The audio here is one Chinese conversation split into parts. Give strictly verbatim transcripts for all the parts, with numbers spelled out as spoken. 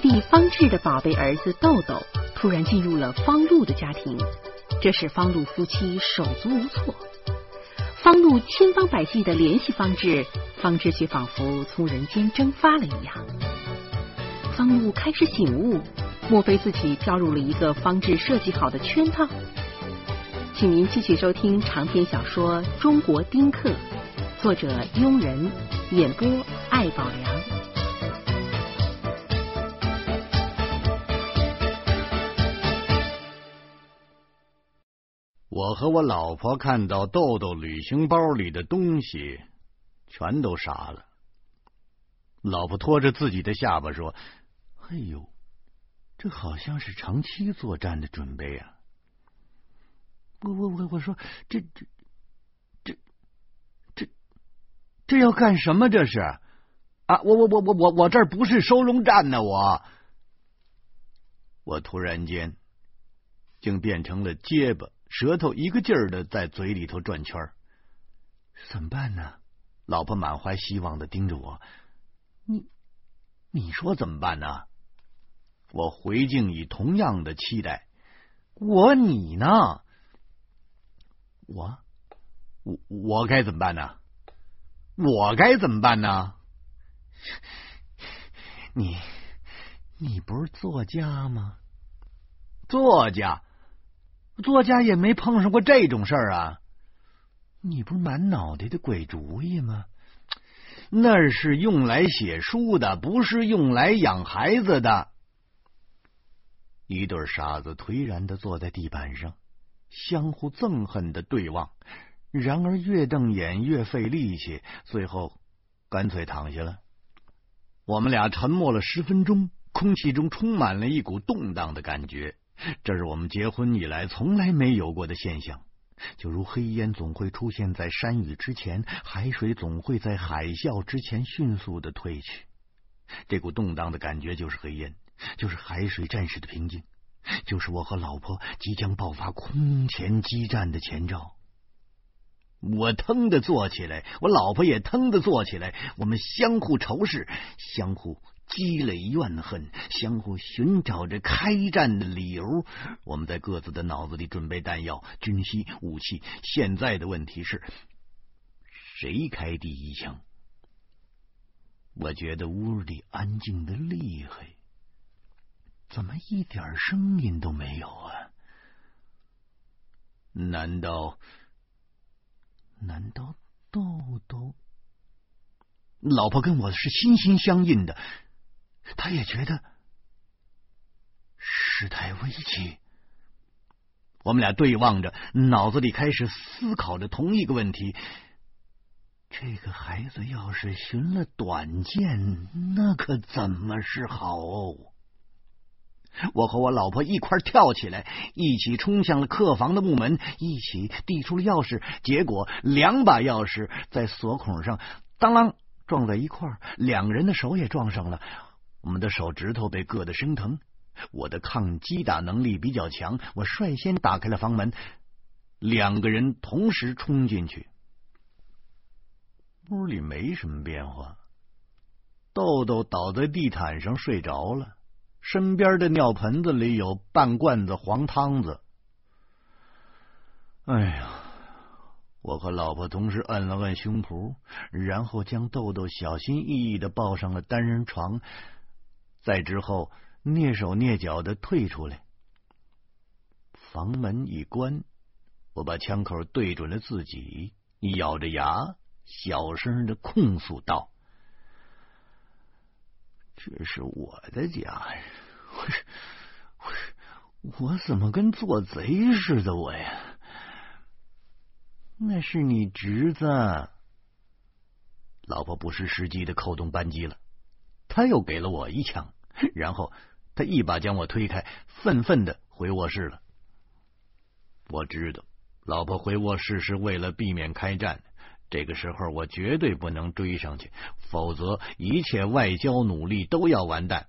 弟方志的宝贝儿子豆豆突然进入了方路的家庭，这使方路夫妻手足无措。方路千方百计的联系方志，方志却仿佛从人间蒸发了一样。方路开始醒悟，莫非自己掉入了一个方志设计好的圈套？请您继续收听长篇小说《中国丁克》，作者庸人，演播艾宝良。 我和我老婆看到豆豆旅行包里的东西，全都傻了。老婆拖着自己的下巴说：“哎呦，这好像是长期作战的准备啊！”我我我我说：“这这这这这要干什么？这是啊！我我我我我我这儿不是收容站呢！我我突然间竟变成了结巴。”舌头一个劲儿的在嘴里头转圈儿，怎么办呢？老婆满怀希望的盯着我，你你说怎么办呢？我回敬以同样的期待。我你呢？我我我该怎么办呢？我该怎么办呢？你你不是作家吗？作家。作家也没碰上过这种事儿啊！你不是满脑袋的鬼主意吗？那是用来写书的，不是用来养孩子的。一对傻子颓然的坐在地板上，相互憎恨的对望，然而越瞪眼越费力气，最后干脆躺下了。我们俩沉默了十分钟，空气中充满了一股动荡的感觉。这是我们结婚以来从来没有过的现象，就如黑烟总会出现在山雨之前，海水总会在海啸之前迅速的退去。这股动荡的感觉就是黑烟，就是海水战士的平静，就是我和老婆即将爆发空前激战的前兆。我腾的坐起来，我老婆也腾的坐起来，我们相互仇视，相互积累怨恨，相互寻找着开战的理由。我们在各自的脑子里准备弹药、军需、武器。现在的问题是，谁开第一枪？我觉得屋里安静的厉害，怎么一点声音都没有啊？难道难道豆豆？老婆跟我是心心相印的，他也觉得事态危急。我们俩对望着，脑子里开始思考着同一个问题：这个孩子要是寻了短见，那可怎么是好？我和我老婆一块跳起来，一起冲向了客房的木门，一起递出了钥匙。结果两把钥匙在锁孔上当啷撞在一块儿，两个人的手也撞上了。我们的手指头被硌得生疼。我的抗击打能力比较强，我率先打开了房门，两个人同时冲进去。屋里没什么变化，豆豆倒在地毯上睡着了，身边的尿盆子里有半罐子黄汤子。哎呀，我和老婆同时摁了摁胸脯，然后将豆豆小心翼翼的抱上了单人床，再之后蹑手蹑脚的退出来。房门一关，我把枪口对准了自己，咬着牙小声的控诉道：这是我的家呀，我是我是我怎么跟做贼似的我呀？那是你侄子。老婆不失时机的扣动扳机了，他又给了我一枪，然后他一把将我推开，愤愤的回卧室了。我知道老婆回卧室是为了避免开战，这个时候我绝对不能追上去，否则一切外交努力都要完蛋。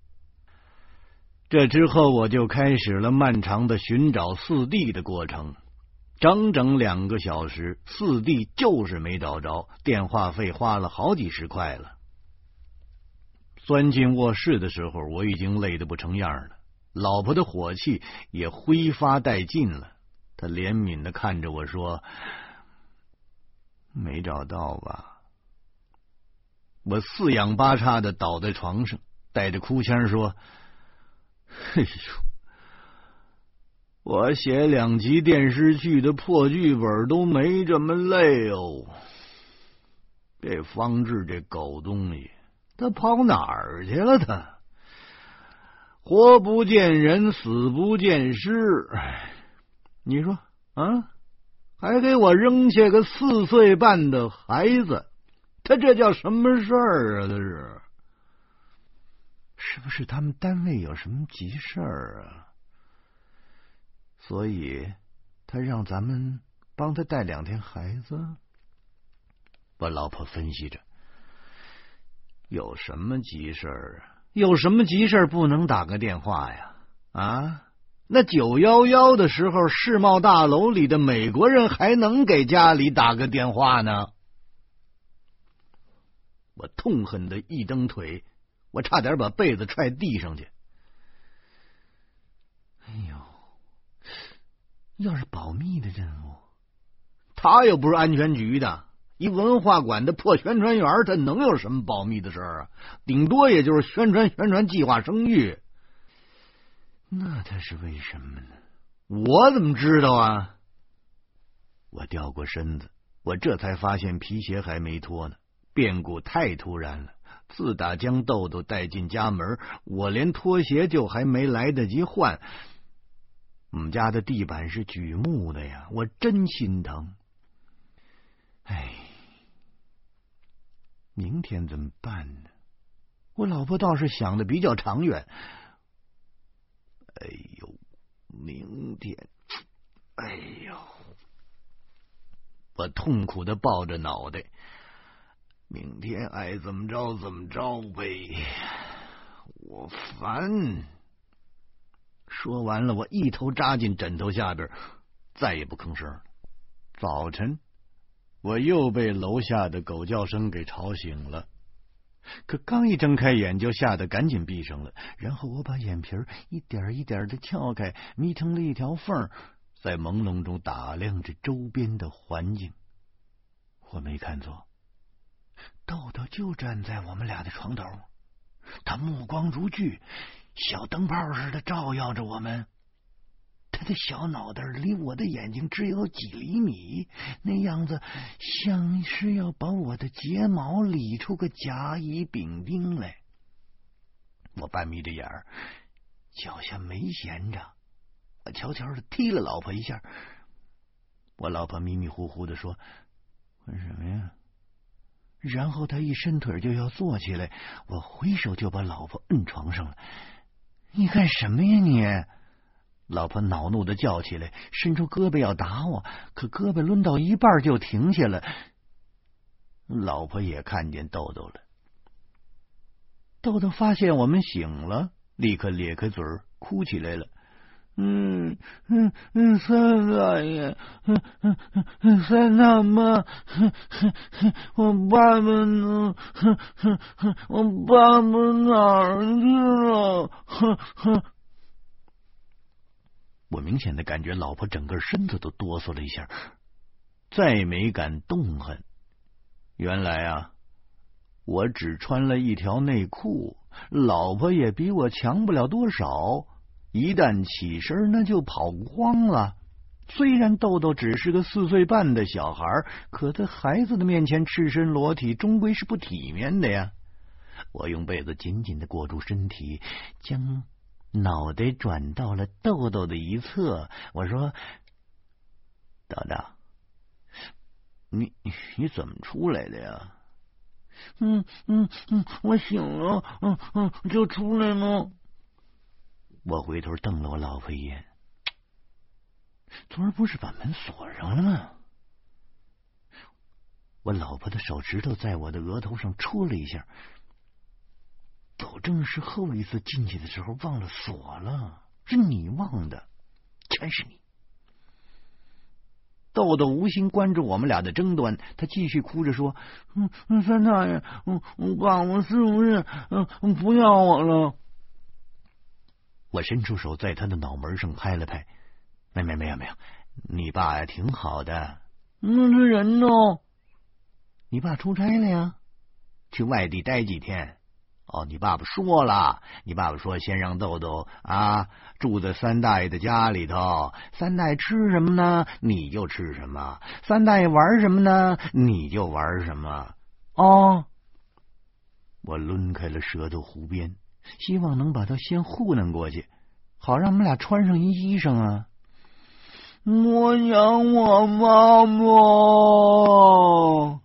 这之后我就开始了漫长的寻找四弟的过程，整整两个小时，四弟就是没找着，电话费花了好几十块了。 钻进卧室的时候，我已经累得不成样了，老婆的火气也挥发殆尽了。她怜悯的看着我说：“没找到吧？”我四仰八叉的倒在床上，带着哭腔说：“哎呦，我写两集电视剧的破剧本都没这么累哦。这方志这狗东西，他跑哪儿去了？他活不见人，死不见尸。你说啊，还给我扔下个四岁半的孩子，他这叫什么事儿啊？这是是不是他们单位有什么急事儿啊？所以他让咱们帮他带两天孩子。”我老婆分析着：“有什么急事儿啊？有什么急事儿不能打个电话呀？啊，那九一一的时候，世贸大楼里的美国人还能给家里打个电话呢。”我痛恨的一蹬腿，我差点把被子踹地上去。哎呦，要是保密的任务，他又不是安全局的，一文化馆的破宣传员，他能有什么保密的事儿啊？顶多也就是宣传宣传计划生育。那他是为什么呢？我怎么知道啊？我掉过身子，我这才发现皮鞋还没脱呢。变故太突然了，自打将豆豆带进家门，我连拖鞋就还没来得及换。我们家的地板是榉木的呀，我真心疼。哎，明天怎么办呢？我老婆倒是想的比较长远。哎呦，明天，哎呦，我痛苦的抱着脑袋。明天爱怎么着怎么着呗，我烦。说完了，我一头扎进枕头下边，再也不吭声了。早晨，我又被楼下的狗叫声给吵醒了，可刚一睁开眼，就吓得赶紧闭上了。然后我把眼皮一点一点的撬开，眯成了一条缝，在朦胧中打量着周边的环境。我没看错，豆豆就站在我们俩的床头，他目光如炬，小灯泡似的照耀着我们。他的小脑袋离我的眼睛只有几厘米，那样子像是要把我的睫毛理出个甲乙丙丁来。我半眯着眼儿，脚下没闲着，我悄悄的踢了老婆一下。我老婆迷迷糊糊的说：“干什么呀？”然后他一伸腿就要坐起来，我回手就把老婆摁床上了。“你干什么呀你？”老婆恼怒的叫起来，伸出胳膊要打我，可胳膊抡到一半就停下了。老婆也看见豆豆了，豆豆发现我们醒了，立刻咧开嘴哭起来了。嗯嗯嗯，三大爷，嗯嗯嗯，三大妈，我爸爸呢？我爸爸哪儿去了？我明显的感觉老婆整个身子都哆嗦了一下，再没敢动弹。原来啊，我只穿了一条内裤，老婆也比我强不了多少。一旦起身，那就跑光了。虽然豆豆只是个四岁半的小孩，可在孩子的面前赤身裸体，终归是不体面的呀。我用被子紧紧的裹住身体，将脑袋转到了豆豆的一侧。我说：“豆豆，你你怎么出来的呀？”“嗯嗯嗯，我醒了，嗯嗯，就出来了。”我回头瞪了我老婆一眼，昨儿不是把门锁上了吗？我老婆的手指头在我的额头上戳了一下，保证是后一次进去的时候忘了锁了，是你忘的，全是你。 豆豆无心关注我们俩的争端，他继续哭着说：“嗯嗯，三大爷，嗯嗯，爸爸是不是嗯不要我了？”我伸出手在他的脑门上拍了拍：“没没没有没有，你爸呀挺好的。”“那这人呢？”“你爸出差了呀，去外地待几天。”“哦，你爸爸说了，你爸爸说先让豆豆啊住在三大爷的家里头，三大爷吃什么呢，你就吃什么；三大爷玩什么呢，你就玩什么。”“哦。”我抡开了舌头湖边，希望能把他先糊弄过去，好让我们俩穿上一衣裳啊。“我想我妈妈。”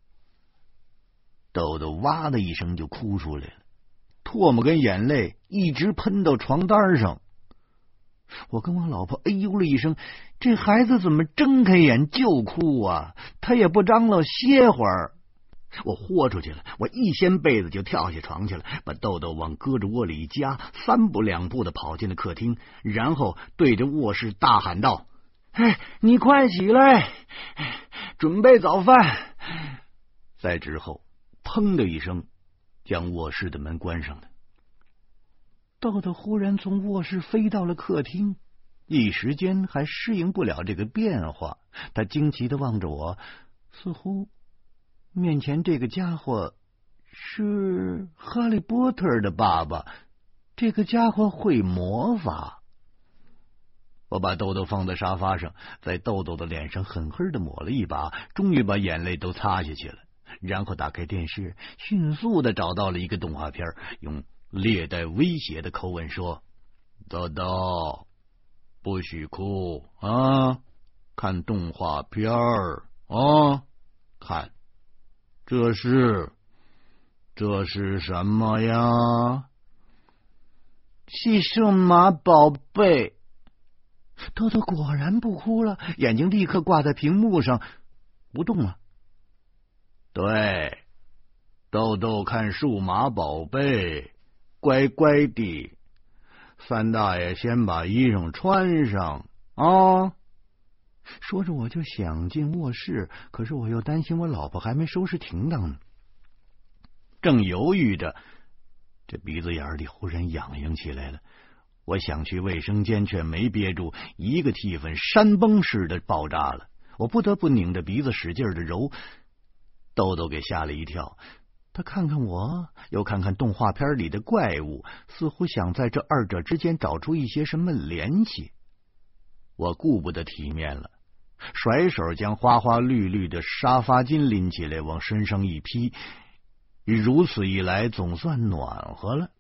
豆豆哇的一声就哭出来了，唾沫跟眼泪一直喷到床单上。我跟我老婆哎呦了一声，这孩子怎么睁开眼就哭啊？他也不张罗歇会儿。我豁出去了，我一掀被子就跳下床去了，把豆豆往胳肢窝里一夹，三步两步的跑进了客厅，然后对着卧室大喊道：“哎，你快起来，准备早饭。”再之后砰的一声，将卧室的门关上了。豆豆忽然从卧室飞到了客厅，一时间还适应不了这个变化。他惊奇的望着我，似乎面前这个家伙是哈利波特的爸爸，这个家伙会魔法。我把豆豆放在沙发上，在豆豆的脸上狠狠的抹了一把，终于把眼泪都擦下去了。然后打开电视，迅速的找到了一个动画片，用略带威胁的口吻说：“豆豆，不许哭啊！看动画片儿啊！看，这是这是什么呀？是数码宝贝。”豆豆果然不哭了，眼睛立刻挂在屏幕上不动了。对，豆豆看数码宝贝，乖乖地。三大爷先把衣裳穿上啊！说着我就想进卧室，可是我又担心我老婆还没收拾停当呢。正犹豫着，这鼻子眼里忽然痒痒起来了。我想去卫生间，却没憋住，一个气氛山崩似的爆炸了。我不得不拧着鼻子使劲的揉。豆豆给吓了一跳，他看看我，又看看动画片里的怪物，似乎想在这二者之间找出一些什么联系。我顾不得体面了，甩手将花花绿绿的沙发巾拎起来，往身上一披，如此一来总算暖和了。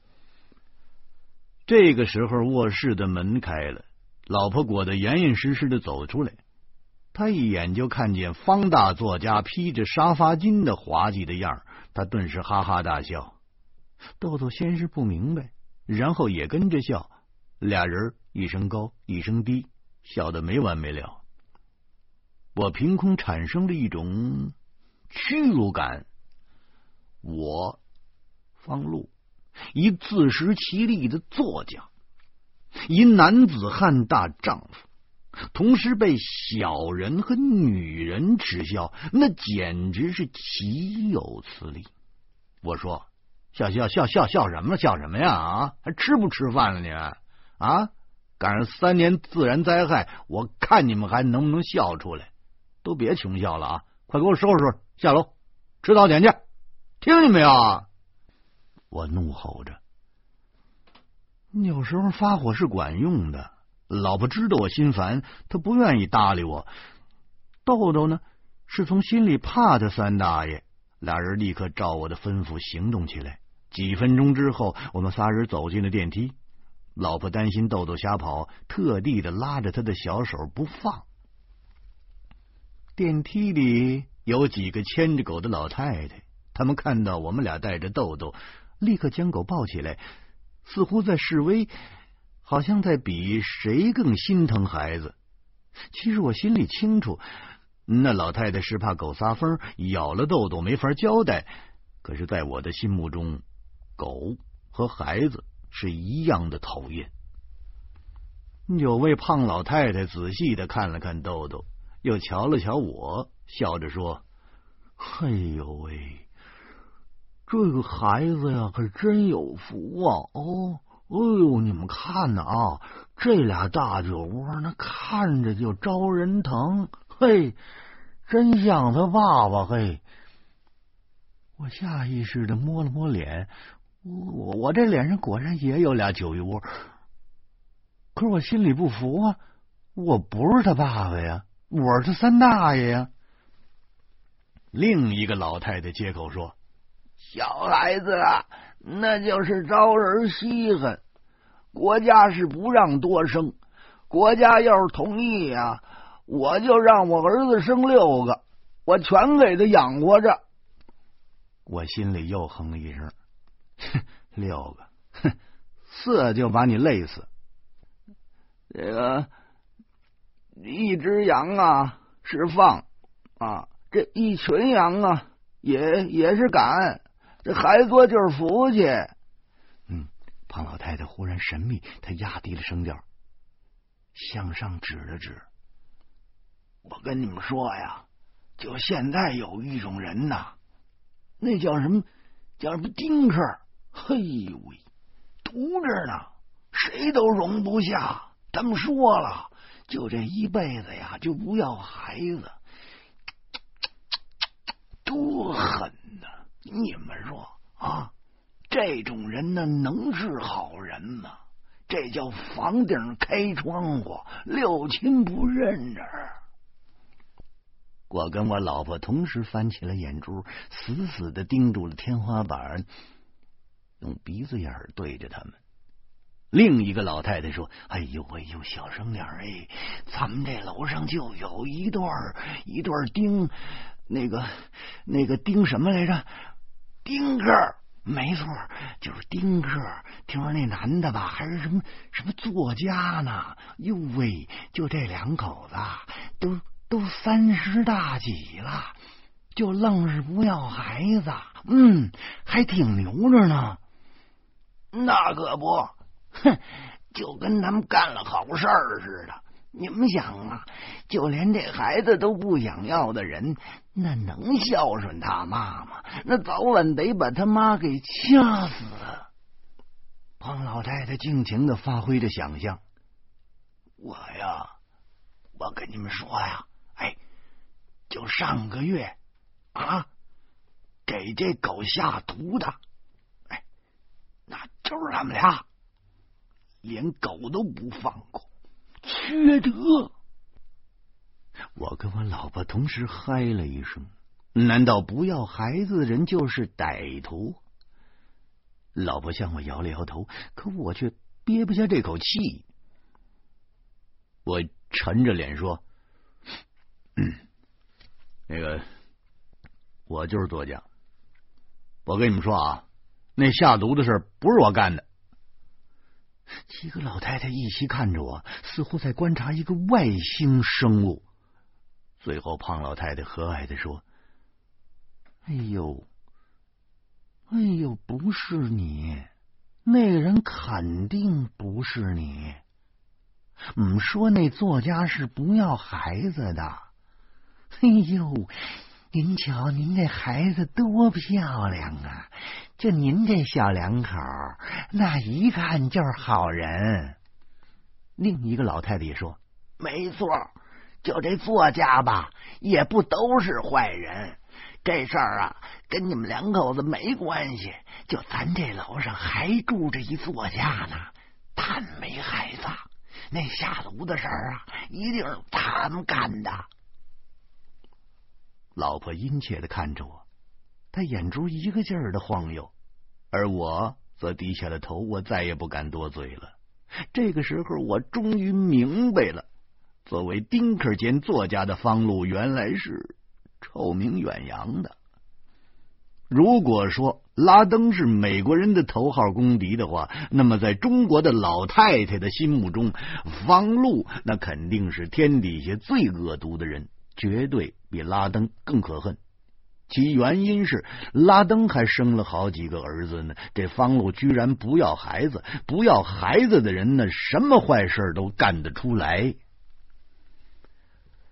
这个时候卧室的门开了，老婆裹得严严实实的走出来。他一眼就看见方大作家披着沙发巾的滑稽的样，他顿时哈哈大笑。豆豆先是不明白，然后也跟着笑，俩人一声高一声低，笑得没完没了。我凭空产生了一种屈辱感。我方路，一自食其力的作家，一男子汉大丈夫，同时被小人和女人耻笑，那简直是岂有此理！我说，笑笑笑笑笑什么笑什么呀？啊，还吃不吃饭了你们？啊，赶上三年自然灾害，我看你们还能不能笑出来？都别穷笑了啊！快给我收拾收拾，下楼吃早点去，听见没有？我怒吼着。有时候发火是管用的。老婆知道我心烦，她不愿意搭理我。豆豆呢，是从心里怕他三大爷。俩人立刻照我的吩咐行动起来。几分钟之后，我们仨人走进了电梯。老婆担心豆豆瞎跑，特地的拉着他的小手不放。电梯里有几个牵着狗的老太太，他们看到我们俩带着豆豆，立刻将狗抱起来，似乎在示威，好像在比谁更心疼孩子。其实我心里清楚，那老太太是怕狗撒疯咬了豆豆没法交代，可是在我的心目中，狗和孩子是一样的讨厌。有位胖老太太仔细的看了看豆豆， 又瞧了瞧我，笑着说：“哎呦喂，这个孩子呀，可真有福啊！哦，哎呦，你们看呐啊，这俩大酒窝，那看着就招人疼，嘿，真像他爸爸，嘿。”我下意识的摸了摸脸，我我这脸上果然也有俩酒窝，可是我心里不服啊，我不是他爸爸呀，我是他三大爷呀。另一个老太太接口说：“小孩子啊，那就是招人稀罕，国家是不让多生，国家要是同意呀，我就让我儿子生六个，我全给他养活着。”我心里又哼了一声，哼，六个，哼，四就把你累死。这个一只羊啊是放啊，这一群羊啊也也是赶，这孩子多就是福气。嗯，胖老太太忽然神秘，她压低了声调，向上指了指：“我跟你们说呀，就现在有一种人呐。那叫什么？叫什么丁克？嘿喂，犊子呢，谁都容不下。他们说了，就这一辈子呀，就不要孩子，多狠呐！你们说啊，这种人呢，能是好人吗？这叫房顶开窗户，六亲不认着。”我跟我老婆同时翻起了眼珠，死死的盯住了天花板，用鼻子眼儿对着他们。另一个老太太说：“哎呦哎呦，小声点哎，咱们这楼上就有一对一对丁，那个那个丁什么来着？丁克，没错，就是丁克。听说那男的吧，还是什么什么作家呢？哟喂，就这两口子都。”都三十大几了，就愣是不要孩子，嗯，还挺牛着呢。那可不，哼，就跟咱们干了好事儿似的。你们想啊，就连这孩子都不想要的人，那能孝顺他妈吗？那早晚得把他妈给掐死。胖老太太尽情的发挥着想象。我呀，我跟你们说呀。哎，就上个月啊，给这狗下毒的，哎，那就是他们俩，连狗都不放过，缺德！我跟我老婆同时嗨了一声，难道不要孩子的人就是歹徒？老婆向我摇了摇头，可我却憋不下这口气。我沉着脸说。嗯，那个，我就是作家。我跟你们说啊，那下毒的事不是我干的。几个老太太一起看着我，似乎在观察一个外星生物。最后，胖老太太和蔼的说：“哎呦，哎呦，不是你，那个人肯定不是你。嗯，说那作家是不要孩子的。哎呦，您瞧，您这孩子多漂亮啊！就您这小两口，那一看就是好人。”另一个老太太也说：“没错，就这作家吧，也不都是坏人。这事儿啊，跟你们两口子没关系。就咱这楼上还住着一作家呢，他没孩子，那下毒的事儿啊，一定是他们干的。”老婆殷切的看着我，她眼珠一个劲儿的晃悠，而我则低下了头，我再也不敢多嘴了。这个时候，我终于明白了，作为丁克兼作家的方路原来是臭名远扬的。如果说拉登是美国人的头号公敌的话，那么在中国的老太太的心目中，方路那肯定是天底下最恶毒的人，绝对比拉登更可恨。其原因是拉登还生了好几个儿子呢，这方路居然不要孩子，不要孩子的人呢，什么坏事都干得出来。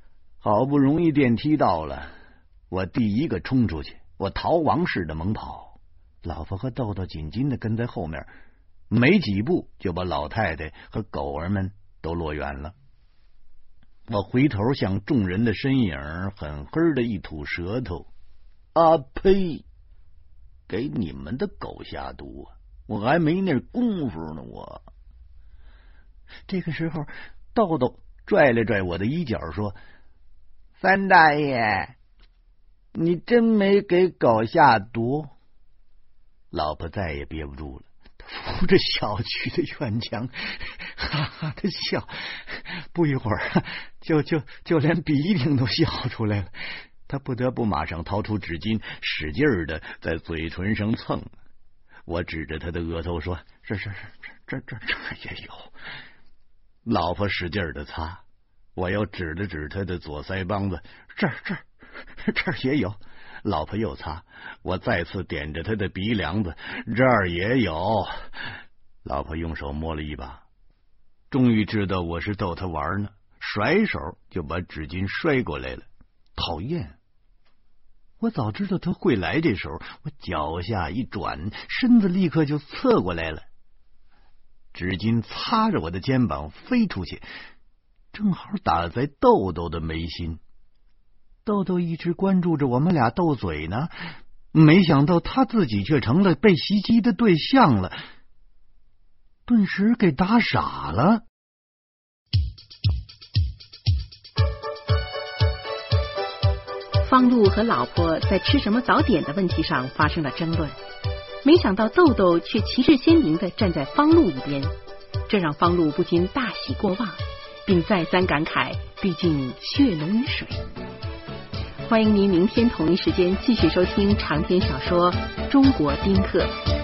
好不容易电梯到了，我第一个冲出去，我逃亡似的猛跑，老婆和豆豆紧紧的跟在后面，没几步就把老太太和狗儿们都落远了。我回头向众人的身影狠狠的一吐舌头，啊呸！给你们的狗下毒啊！我还没那功夫呢，我。这个时候，豆豆拽了拽我的衣角，说：“三大爷，你真没给狗下毒？”老婆再也憋不住了，扶着小区的院墙，哈哈的笑，不一会儿就就就连鼻涕都笑出来了。他不得不马上掏出纸巾，使劲儿的在嘴唇上蹭。我指着他的额头说：“这这这这这这也有。”老婆使劲儿的擦，我又指了指他的左腮帮子，这儿这儿这儿也有。老婆又擦，我再次点着他的鼻梁子，这儿也有。老婆用手摸了一把，终于知道我是逗他玩呢，甩手就把纸巾摔过来了。讨厌！我早知道他会来这手，我脚下一转，身子立刻就侧过来了。纸巾擦着我的肩膀飞出去，正好打在豆豆的眉心。豆豆一直关注着我们俩斗嘴呢，没想到他自己却成了被袭击的对象了，顿时给打傻了。 方路和老婆在吃什么早点的问题上发生了争论，没想到豆豆却旗帜鲜明地站在方路一边，这让方路不禁大喜过望，并再三感慨，毕竟血浓于水。欢迎您明天同一时间继续收听长篇小说《中国宾客》。